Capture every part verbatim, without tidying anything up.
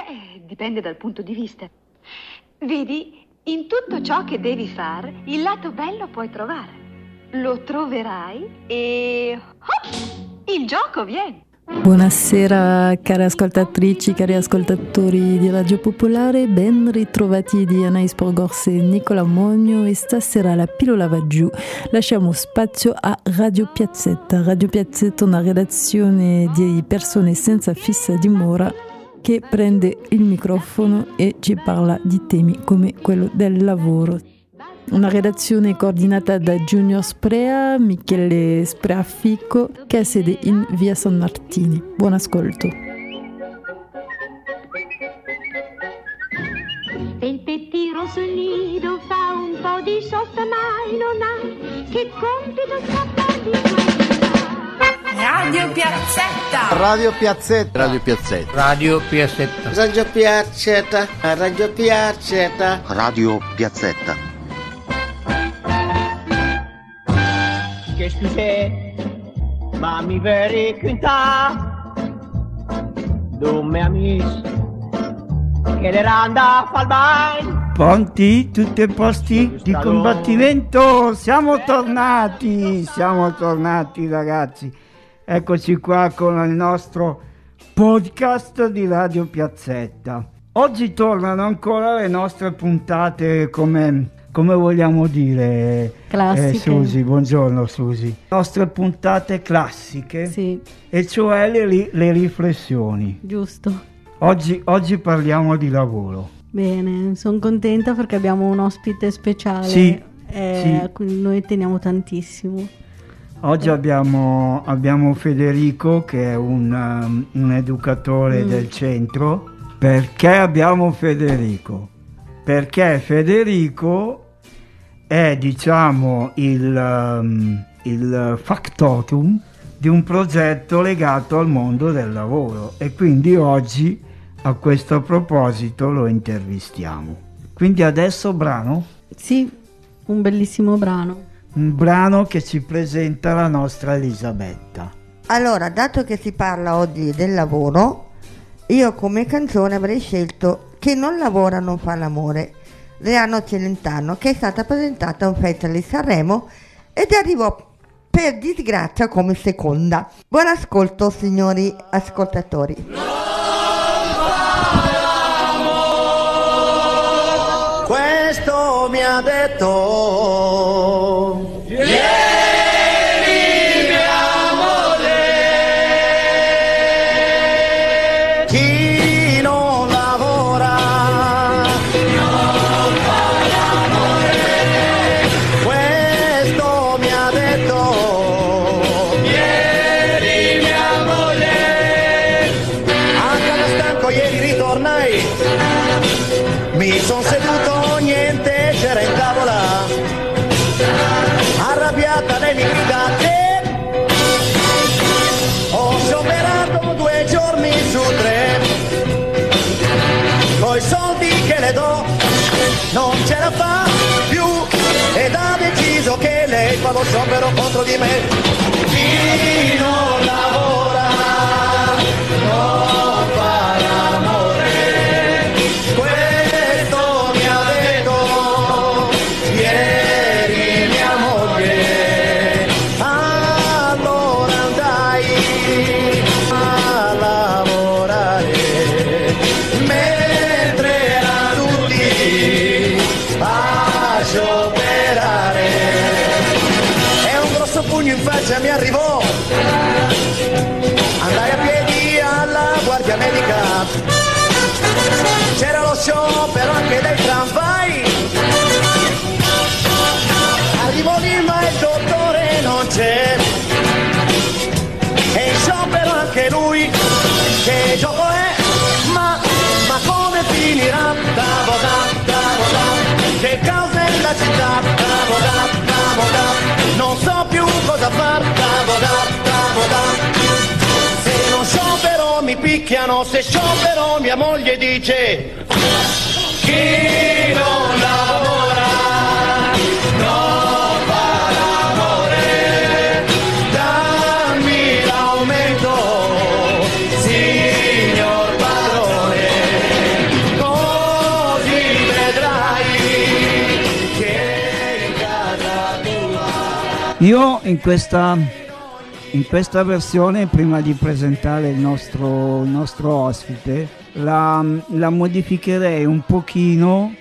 Beh, dipende dal punto di vista. Vedi, in tutto ciò che devi fare, il lato bello puoi trovare. Lo troverai e... hop, il gioco viene. Buonasera care ascoltatrici, cari ascoltatori di Radio Popolare, ben ritrovati di Anais Porgorse e Nicola Mogno, e stasera la pillola va giù, lasciamo spazio a Radio Piazzetta. Radio Piazzetta è una redazione di persone senza fissa dimora che prende il microfono e ci parla di temi come quello del lavoro. Una redazione coordinata da Junior Sprea, Michele Spreafico, che ha sede in via San Martini. Buon ascolto. E il pettino sul nido fa un po' di sosta, mai non ha che compito scappa di Radio Piazzetta. Radio Piazzetta. Radio Piazzetta. Radio Piazzetta. Radio Piazzetta. Radio Piazzetta. Radio Piazzetta. Qu'est-ce que c'est? Mammi veri quinta do me amis che le randa fal bain. Pronti? Tutti i posti di combattimento? Siamo tornati, siamo tornati ragazzi. Eccoci qua con il nostro podcast di Radio Piazzetta. Oggi tornano ancora le nostre puntate come, come vogliamo dire, classiche. Eh, Susi, buongiorno Susi. Le nostre puntate classiche, sì. E cioè le, le riflessioni. Giusto. Oggi, oggi parliamo di lavoro. Bene, sono contenta perché abbiamo un ospite speciale. Sì, eh, sì. Noi teniamo tantissimo. Oggi abbiamo, abbiamo Federico che è un, um, un educatore mm. del centro. Perché abbiamo Federico? Perché Federico è, diciamo, il, um, il factotum di un progetto legato al mondo del lavoro, e quindi oggi a questo proposito lo intervistiamo. Quindi adesso brano? Sì, un bellissimo brano. Un brano che ci presenta la nostra Elisabetta. Allora, dato che si parla oggi del lavoro, io come canzone avrei scelto Che non lavora non fa l'amore, Reano Celentano, che è stata presentata a un festival di Sanremo ed arrivò per disgrazia come seconda. Buon ascolto signori ascoltatori. Questo mi ha detto non ce la fa più ed ha deciso che lei fa lo sciopero contro di me. Chi non lavora non fa l'amore, questo mi ha detto ieri mia moglie. Allora andai a lavorare mentre operare, e un grosso pugno in faccia mi arrivò. Andai a piedi alla guardia medica, c'era lo sciopero anche dei tramvai. Arrivo lì ma il dottore non c'è, e in sciopero anche lui. Che gioco è? Ma, ma come finirà? Davo da, davo da, che causa la città, bravo da, bravo da, non so più cosa far, bravo da, bravo da. Se non sciopero mi picchiano, se sciopero mia moglie dice chi non lavora non fa l'amore, dammi l'aumento, signor padrone. Io in questa, in questa versione, prima di presentare il nostro, il nostro ospite, la, la modificherei un pochino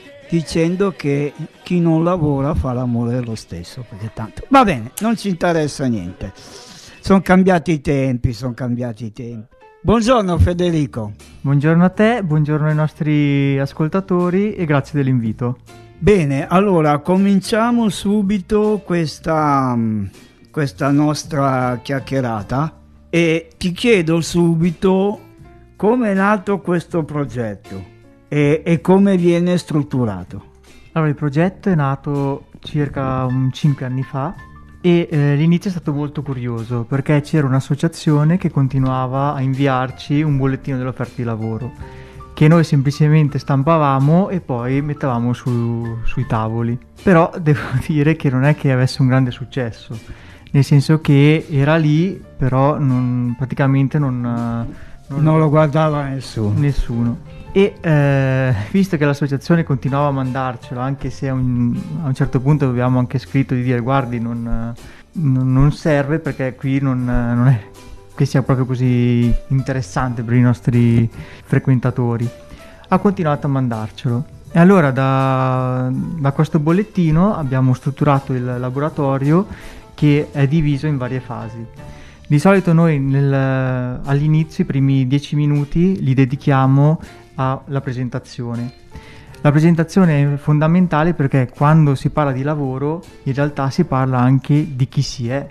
dicendo che chi non lavora fa l'amore lo stesso, perché tanto va bene, non ci interessa niente. Sono cambiati i tempi, sono cambiati i tempi. Buongiorno Federico. Buongiorno a te, buongiorno ai nostri ascoltatori e grazie dell'invito. Bene, allora cominciamo subito questa, questa nostra chiacchierata e ti chiedo subito come è nato questo progetto e, e come viene strutturato. Allora, il progetto è nato circa um, cinque anni fa e eh, l'inizio è stato molto curioso perché c'era un'associazione che continuava a inviarci un bollettino delle offerte di lavoro che noi semplicemente stampavamo e poi mettevamo su, sui tavoli. Però devo dire che non è che avesse un grande successo, nel senso che era lì, però non, praticamente non, non, non lo guardava nessuno. nessuno. E eh, visto che l'associazione continuava a mandarcelo, anche se a un, a un certo punto avevamo anche scritto di dire guardi non, non, non serve perché qui non, non è che sia proprio così interessante per i nostri frequentatori, ha continuato a mandarcelo. E allora da, da questo bollettino abbiamo strutturato il laboratorio che è diviso in varie fasi. Di solito noi nel, all'inizio i primi dieci minuti li dedichiamo alla presentazione. La presentazione è fondamentale perché quando si parla di lavoro in realtà si parla anche di chi si è.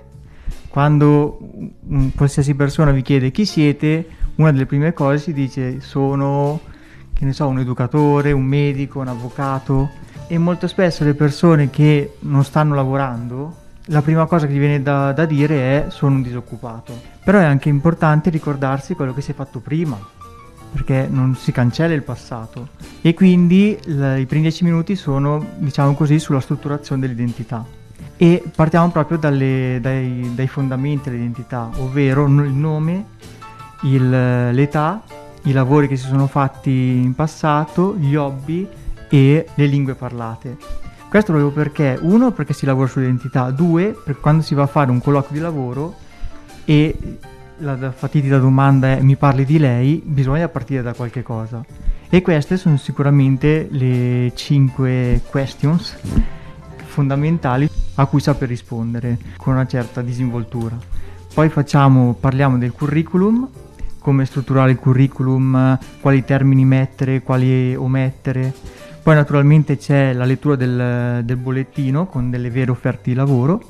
Quando un, qualsiasi persona vi chiede chi siete, una delle prime cose si dice sono, che ne so, un educatore, un medico, un avvocato, e molto spesso le persone che non stanno lavorando, la prima cosa che gli viene da, da dire è sono un disoccupato. Però è anche importante ricordarsi quello che si è fatto prima, perché non si cancella il passato, e quindi l- i primi dieci minuti sono, diciamo così, sulla strutturazione dell'identità. E partiamo proprio dalle, dai, dai fondamenti dell'identità, ovvero il nome, il, l'età, i lavori che si sono fatti in passato, gli hobby e le lingue parlate. Questo proprio perché, uno, perché si lavora sull'identità, due, perché quando si va a fare un colloquio di lavoro e la, la fatidica domanda è mi parli di lei, bisogna partire da qualche cosa. E queste sono sicuramente le cinque questions fondamentali a cui saper rispondere con una certa disinvoltura. Poi facciamo, parliamo del curriculum, come strutturare il curriculum, quali termini mettere, quali omettere. Poi naturalmente c'è la lettura del, del bollettino con delle vere offerte di lavoro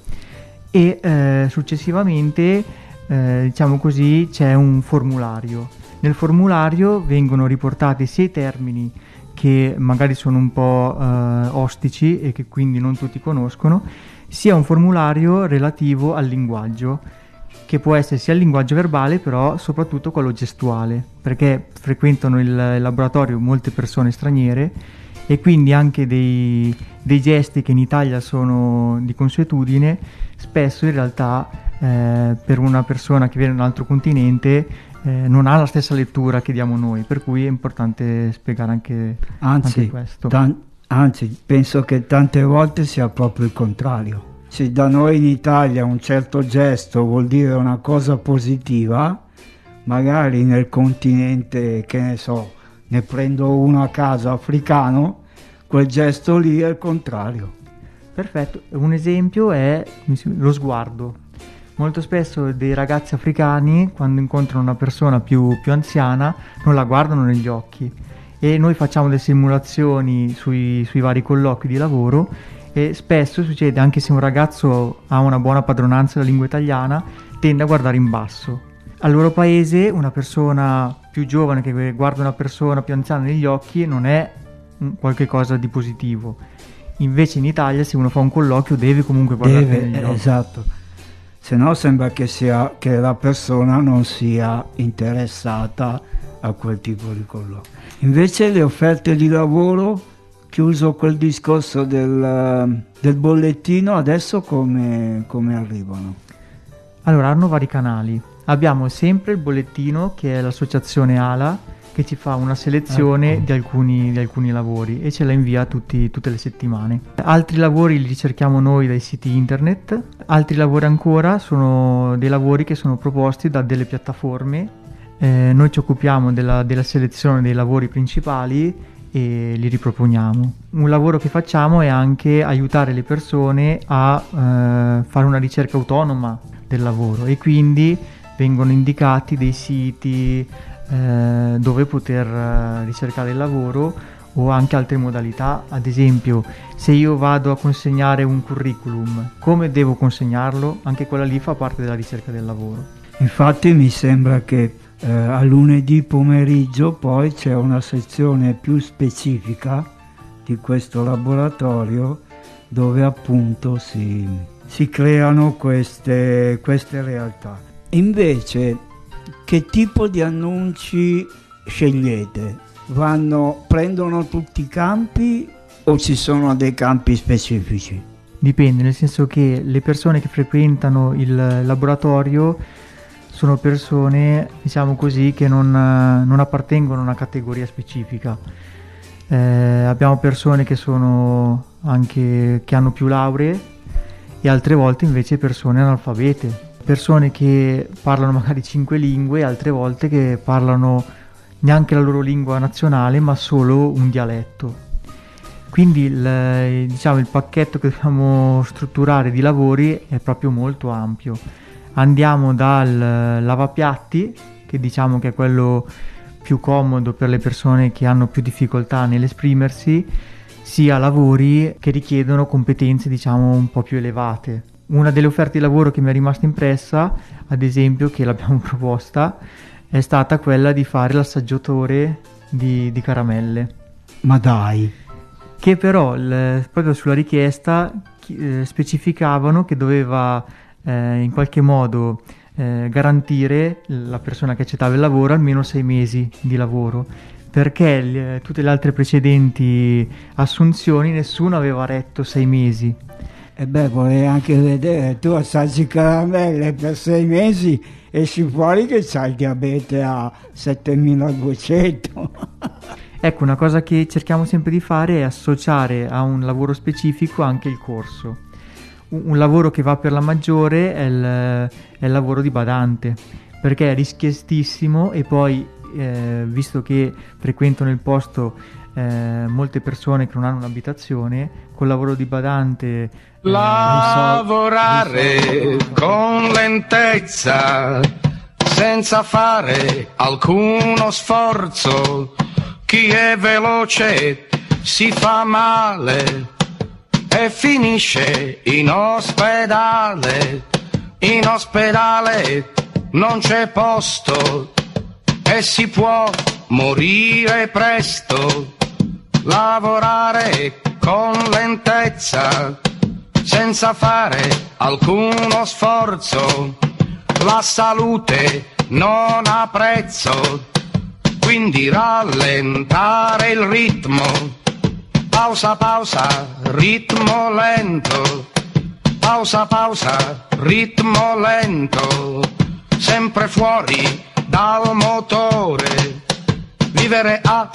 e eh, successivamente eh, diciamo così c'è un formulario. Nel formulario vengono riportati sia i termini che magari sono un po' eh, ostici e che quindi non tutti conoscono, sia un formulario relativo al linguaggio, che può essere sia il linguaggio verbale, però soprattutto quello gestuale, perché frequentano il, il laboratorio molte persone straniere e quindi anche dei, dei gesti che in Italia sono di consuetudine, spesso in realtà eh, per una persona che viene da un altro continente Eh, non ha la stessa lettura che diamo noi, per cui è importante spiegare anche, anzi, anche questo. Tan- anzi, penso che tante volte sia proprio il contrario. Se da noi in Italia un certo gesto vuol dire una cosa positiva, magari nel continente, che ne so, ne prendo uno a caso africano, quel gesto lì è il contrario. Perfetto, un esempio è lo sguardo. Molto spesso dei ragazzi africani, quando incontrano una persona più, più anziana, non la guardano negli occhi, e noi facciamo delle simulazioni sui, sui vari colloqui di lavoro e spesso succede, anche se un ragazzo ha una buona padronanza della lingua italiana, tende a guardare in basso. Al loro paese una persona più giovane che guarda una persona più anziana negli occhi non è qualche cosa di positivo. Invece in Italia se uno fa un colloquio deve comunque guardare negli occhi. Esatto. Se no sembra che, sia, che la persona non sia interessata a quel tipo di colloquio. Invece le offerte di lavoro, chiuso quel discorso del, del bollettino, adesso come, come arrivano? Allora, hanno vari canali. Abbiamo sempre il bollettino che è l'associazione A L A, che ci fa una selezione Ecco. di, alcuni, di alcuni lavori e ce la invia tutti, tutte le settimane. Altri lavori li ricerchiamo noi dai siti internet, altri lavori ancora sono dei lavori che sono proposti da delle piattaforme. Eh, noi ci occupiamo della, della selezione dei lavori principali e li riproponiamo. Un lavoro che facciamo è anche aiutare le persone a eh, fare una ricerca autonoma del lavoro, e quindi vengono indicati dei siti eh, dove poter eh, ricercare il lavoro, o anche altre modalità. Ad esempio, se io vado a consegnare un curriculum, come devo consegnarlo? Anche quella lì fa parte della ricerca del lavoro. Infatti mi sembra che eh, a lunedì pomeriggio poi c'è una sezione più specifica di questo laboratorio dove appunto si, si creano queste, queste realtà. Invece, che tipo di annunci scegliete? Vanno, prendono tutti i campi o ci sono dei campi specifici? Dipende, nel senso che le persone che frequentano il laboratorio sono persone, diciamo così, che non, non appartengono a una categoria specifica. Eh, abbiamo persone che sono anche che hanno più lauree, e altre volte invece persone analfabete, persone che parlano magari cinque lingue, altre volte che parlano neanche la loro lingua nazionale ma solo un dialetto. Quindi il, diciamo, il pacchetto che dobbiamo strutturare di lavori è proprio molto ampio. Andiamo dal lavapiatti, che diciamo che è quello più comodo per le persone che hanno più difficoltà nell'esprimersi, sia lavori che richiedono competenze, diciamo, un po' più elevate. Una delle offerte di lavoro che mi è rimasta impressa, ad esempio, che l'abbiamo proposta, è stata quella di fare l'assaggiatore di, di caramelle. Ma dai! Che però, il, proprio sulla richiesta, eh, specificavano che doveva eh, in qualche modo eh, garantire la persona che accettava il lavoro almeno sei mesi di lavoro, perché le, tutte le altre precedenti assunzioni nessuno aveva retto sei mesi. E beh, vorrei anche vedere, tu assaggi caramelle per sei mesi, esci fuori che c'hai il diabete a settemiladuecento. Ecco, una cosa che cerchiamo sempre di fare è associare a un lavoro specifico anche il corso. Un, un lavoro che va per la maggiore è il, è il lavoro di badante, perché è rischiostissimo, e poi, eh, visto che frequentano il posto eh, molte persone che non hanno un'abitazione, col lavoro di badante... Lavorare eh, con lentezza, senza fare alcuno sforzo. Chi è veloce si fa male e finisce in ospedale. In ospedale non c'è posto e si può morire presto. Lavorare con lentezza, senza fare alcuno sforzo. La salute non ha prezzo, quindi rallentare il ritmo. Pausa, pausa, ritmo lento. Pausa, pausa, ritmo lento. Sempre fuori dal motore. Vivere a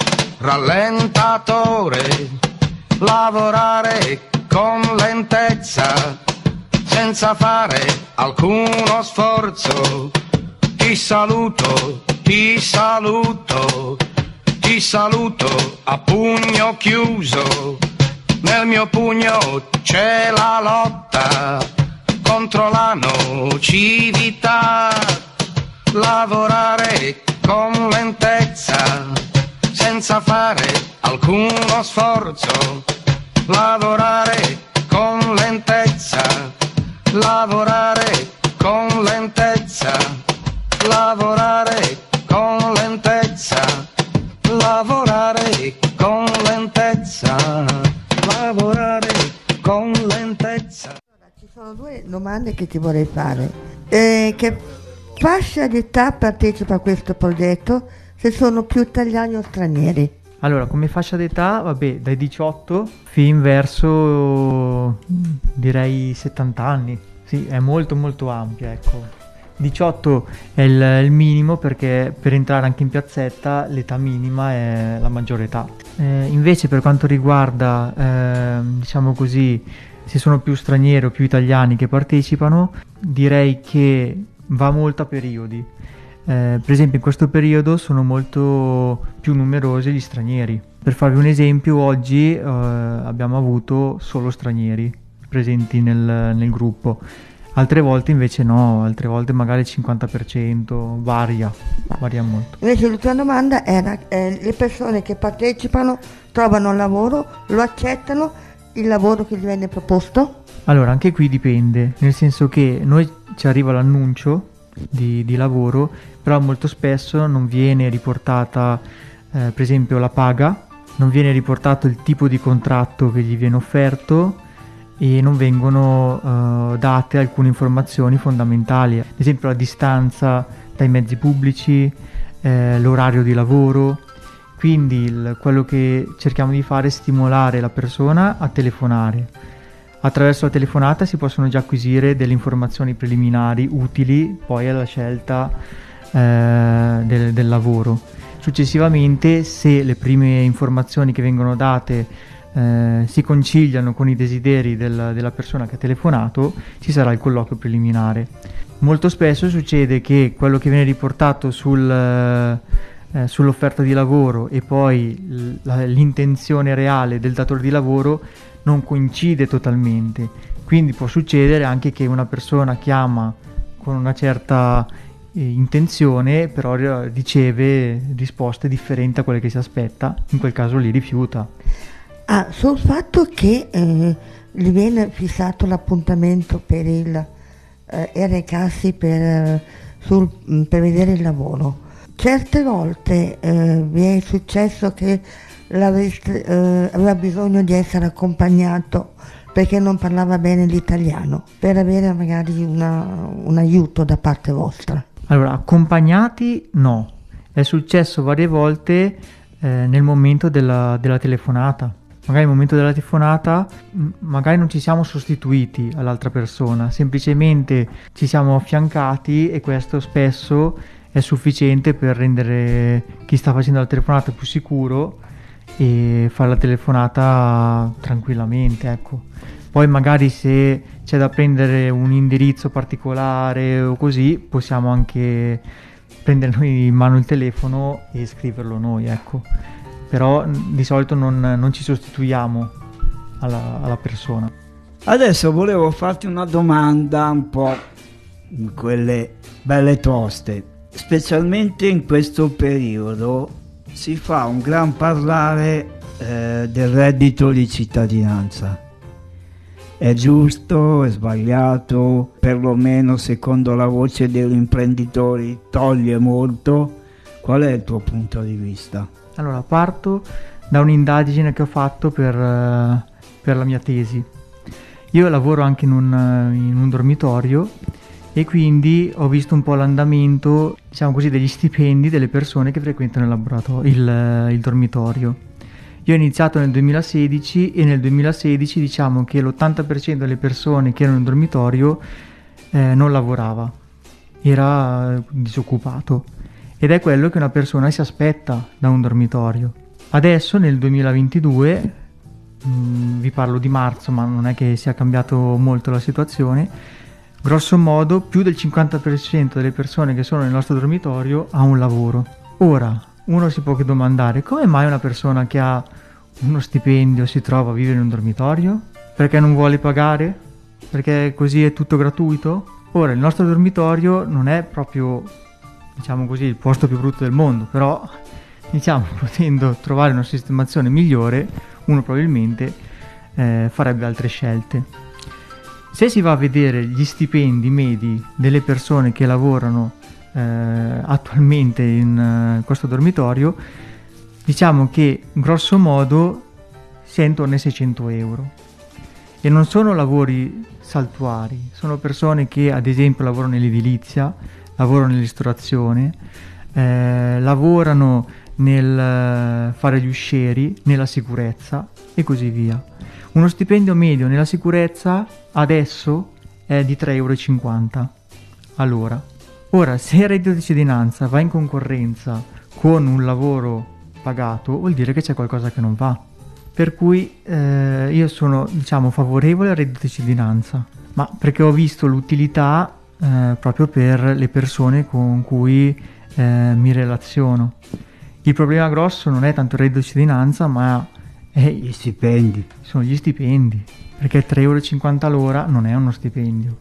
rallentatore. Lavorare con lentezza, senza fare alcuno sforzo. Ti saluto, ti saluto, ti saluto a pugno chiuso. Nel mio pugno c'è la lotta contro la nocività. Lavorare con lentezza, senza fare alcuno sforzo. Lavorare con lentezza, lavorare con lentezza, lavorare con lentezza, lavorare con lentezza, lavorare con lentezza. Ci sono due domande che ti vorrei fare. Eh, che fascia di età partecipa a questo progetto? Se sono più italiani o stranieri? Allora, come fascia d'età, vabbè, dai diciotto fin verso direi settanta anni. Sì, è molto molto ampia, ecco. diciotto è il, il minimo, perché per entrare anche in piazzetta l'età minima è la maggiore età. Eh, invece per quanto riguarda, eh, diciamo così, se sono più stranieri o più italiani che partecipano, direi che va molto a periodi. Eh, per esempio in questo periodo sono molto più numerosi gli stranieri. Per farvi un esempio, oggi eh, abbiamo avuto solo stranieri presenti nel, nel gruppo. Altre volte invece no, altre volte magari il cinquanta per cento, varia, varia molto. Invece l'ultima domanda era, eh, le persone che partecipano trovano un lavoro, lo accettano il lavoro che gli viene proposto? Allora, anche qui dipende, nel senso che noi ci arriva l'annuncio di, di lavoro, però molto spesso non viene riportata, eh, per esempio, la paga, non viene riportato il tipo di contratto che gli viene offerto, e non vengono uh, date alcune informazioni fondamentali, ad esempio la distanza dai mezzi pubblici, eh, l'orario di lavoro. Quindi il, quello che cerchiamo di fare è stimolare la persona a telefonare. Attraverso la telefonata si possono già acquisire delle informazioni preliminari utili poi alla scelta eh, del, del lavoro. Successivamente, se le prime informazioni che vengono date Eh, si conciliano con i desideri del, della persona che ha telefonato, ci sarà il colloquio preliminare. Molto spesso succede che quello che viene riportato sul, eh, sull'offerta di lavoro e poi l- la, l'intenzione reale del datore di lavoro non coincide totalmente, quindi può succedere anche che una persona chiama con una certa eh, intenzione, però riceve risposte differenti a quelle che si aspetta, in quel caso li rifiuta. Ah, sul fatto che eh, gli viene fissato l'appuntamento per il eh, recarsi per, eh, sul, per vedere il lavoro. Certe volte eh, vi è successo che eh, aveva bisogno di essere accompagnato perché non parlava bene l'italiano, per avere magari una, un aiuto da parte vostra. Allora, accompagnati no, è successo varie volte eh, nel momento della, della telefonata. Magari nel momento della telefonata magari non ci siamo sostituiti all'altra persona, semplicemente ci siamo affiancati, e questo spesso è sufficiente per rendere chi sta facendo la telefonata più sicuro e fare la telefonata tranquillamente, ecco. Poi magari se c'è da prendere un indirizzo particolare o così, possiamo anche prendere noi in mano il telefono e scriverlo noi, ecco. Però di solito non, non ci sostituiamo alla, alla persona. Adesso volevo farti una domanda un po' in quelle belle toste. Specialmente in questo periodo si fa un gran parlare eh, del reddito di cittadinanza. È giusto, è sbagliato, perlomeno secondo la voce degli imprenditori toglie molto. Qual è il tuo punto di vista? Allora, parto da un'indagine che ho fatto per, uh, per la mia tesi. Io lavoro anche in un, in un dormitorio, e quindi ho visto un po' l'andamento, diciamo così, degli stipendi delle persone che frequentano il, laboratorio, il, il dormitorio. Io ho iniziato nel duemilasedici, e nel duemilasedici diciamo che l'ottanta per cento delle persone che erano in dormitorio eh, non lavorava, era disoccupato. Ed è quello che una persona si aspetta da un dormitorio. Adesso nel duemilaventidue, mh, vi parlo di marzo, ma non è che sia cambiato molto la situazione, grosso modo più del cinquanta per cento delle persone che sono nel nostro dormitorio ha un lavoro. Ora, uno si può domandare: come mai una persona che ha uno stipendio si trova a vivere in un dormitorio? Perché non vuole pagare? Perché così è tutto gratuito? Ora, il nostro dormitorio non è proprio, diciamo così, il posto più brutto del mondo, però diciamo, potendo trovare una sistemazione migliore, uno probabilmente eh, farebbe altre scelte. Se si va a vedere gli stipendi medi delle persone che lavorano eh, attualmente in uh, questo dormitorio, diciamo che grosso modo si è intorno ai seicento euro, e non sono lavori saltuari, sono persone che ad esempio lavorano nell'edilizia, lavorano nella ristorazione, eh, lavorano nel fare gli uscieri, nella sicurezza e così via. Uno stipendio medio nella sicurezza adesso è di tre e cinquanta euro all'ora. Ora, se il reddito di cittadinanza va in concorrenza con un lavoro pagato, vuol dire che c'è qualcosa che non va. Per cui eh, io sono, diciamo, favorevole al reddito di cittadinanza, ma perché ho visto l'utilità eh, proprio per le persone con cui eh, mi relaziono. Il problema grosso non è tanto il reddito di cittadinanza, ma è gli stipendi. Sono gli stipendi, perché tre euro e cinquanta l'ora non è uno stipendio.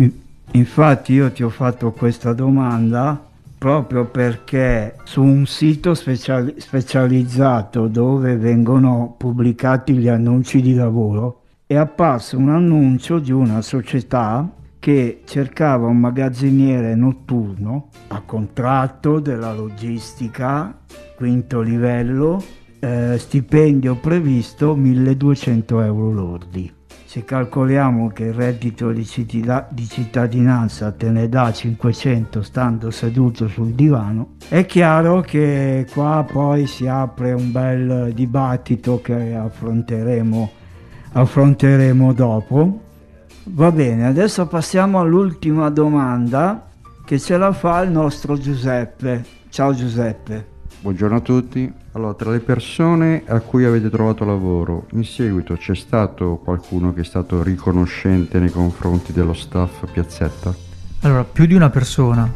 Infatti io ti ho fatto questa domanda proprio perché su un sito speciali- specializzato dove vengono pubblicati gli annunci di lavoro è apparso un annuncio di una società che cercava un magazziniere notturno a contratto della logistica, quinto livello, eh, stipendio previsto milleduecento euro lordi. Se calcoliamo che il reddito di, cittadina- di cittadinanza te ne dà cinquecento stando seduto sul divano, è chiaro che qua poi si apre un bel dibattito che affronteremo, affronteremo dopo. Va bene, adesso passiamo all'ultima domanda che ce la fa il nostro Giuseppe. Ciao Giuseppe. Buongiorno a tutti. Allora, tra le persone a cui avete trovato lavoro, in seguito c'è stato qualcuno che è stato riconoscente nei confronti dello staff Piazzetta? Allora, più di una persona.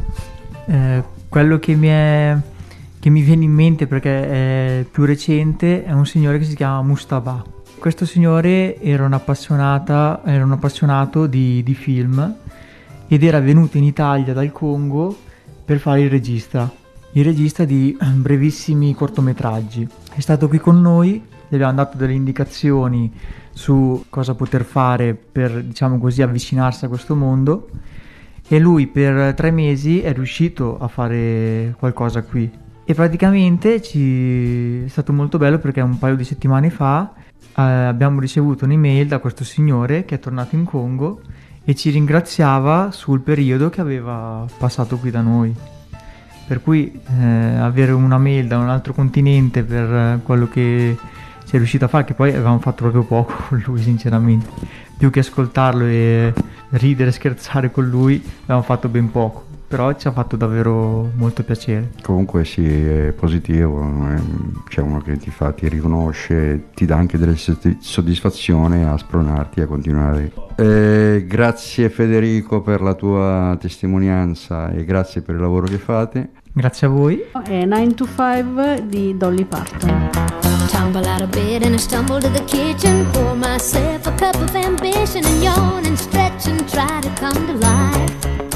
Eh, quello che mi, è, che mi viene in mente, perché è più recente, è un signore che si chiama Mustafa. Questo signore era un, appassionata, era un appassionato di, di film ed era venuto in Italia dal Congo per fare il regista. il regista di brevissimi cortometraggi. È stato qui con noi, gli abbiamo dato delle indicazioni su cosa poter fare per, diciamo così, avvicinarsi a questo mondo, e lui per tre mesi è riuscito a fare qualcosa qui. E praticamente ci... è stato molto bello perché un paio di settimane fa eh, abbiamo ricevuto un'email da questo signore che è tornato in Congo e ci ringraziava sul periodo che aveva passato qui da noi. Per cui eh, avere una mail da un altro continente per quello che si è riuscito a fare, che poi avevamo fatto proprio poco con lui sinceramente, più che ascoltarlo e ridere e scherzare con lui avevamo fatto ben poco, però ci ha fatto davvero molto piacere. Comunque sì, è positivo, c'è uno che ti fa, ti riconosce, ti dà anche delle soddisfazioni a spronarti a continuare. Eh, grazie Federico per la tua testimonianza e grazie per il lavoro che fate. Grazie a voi. È nine to five di Dolly Parton. Tumble out of bed and I stumble to the kitchen, pour myself a cup of ambition and yawn and stretch and try to come to life.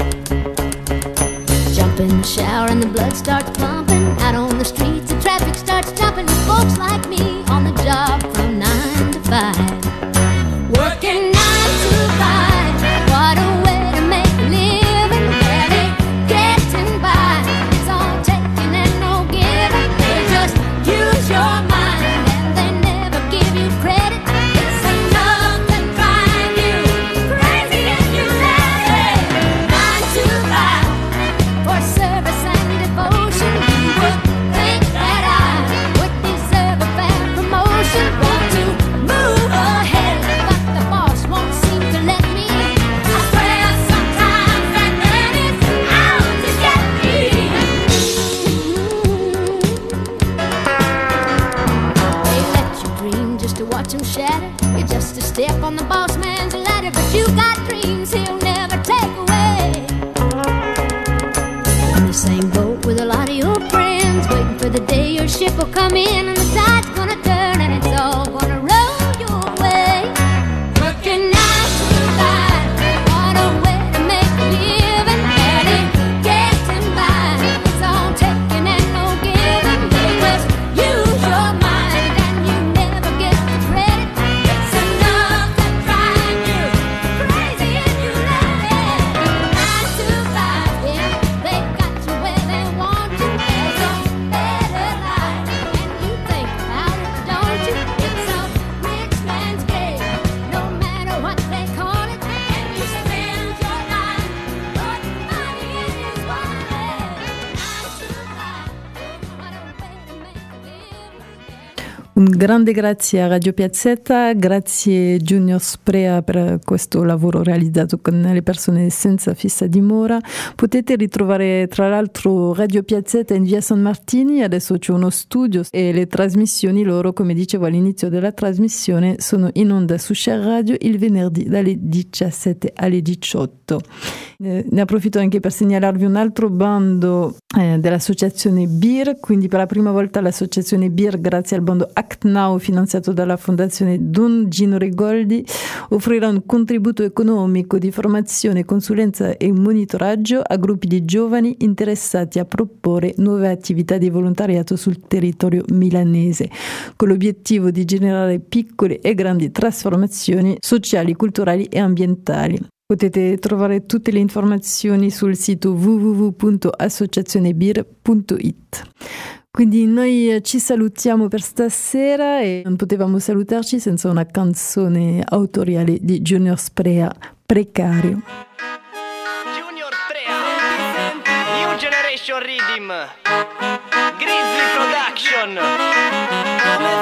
Jump in the shower and the blood starts pumping. Out on the streets the traffic starts jumping with folks like me on the job from nine to five. Working nine to five, what a way to make a living. Barely getting by, it's all taking and no giving. They just use your mind and they never give you credit. It's enough to drive you crazy if you let it. Nine to five, for service and devotion. You would think that I would deserve a fair promotion. Want to move ahead, but the boss won't seem to let me. I swear sometimes that man is out to get me. They let you dream just to watch him shatter. You're just a step on the boss man's ladder, but you got dreams he'll never take away. In the same boat with a lot of your friends, waiting for the day your ship will come in and the tide's gonna turn and it's all gonna roll your way. Working nine to five, what a way to make a living. Barely getting by, it's all taking and no giving. They just use your mind and you never get the credit. It's enough to drive you crazy if you let it. Nine to five, yeah, they got you where they want you. There's a better life, and you think about Un grande grazie a Radio Piazzetta, grazie Junior Sprea per questo lavoro realizzato con le persone senza fissa dimora. Potete ritrovare tra l'altro Radio Piazzetta in via San Martini, adesso c'è uno studio e le trasmissioni loro, come dicevo all'inizio della trasmissione, sono in onda su Share Radio il venerdì dalle diciassette alle diciotto. Eh, ne approfitto anche per segnalarvi un altro bando eh, dell'associazione B I R, quindi per la prima volta l'associazione B I R, grazie al bando Act Now finanziato dalla fondazione Don Gino Rigoldi, offrirà un contributo economico di formazione, consulenza e monitoraggio a gruppi di giovani interessati a proporre nuove attività di volontariato sul territorio milanese, con l'obiettivo di generare piccole e grandi trasformazioni sociali, culturali e ambientali. Potete trovare tutte le informazioni sul sito w w w punto associazione bir punto it. Quindi noi ci salutiamo per stasera e non potevamo salutarci senza una canzone autoriale di Junior Sprea, Precario. Junior Sprea, New Generation Rhythm, Grizzly Production.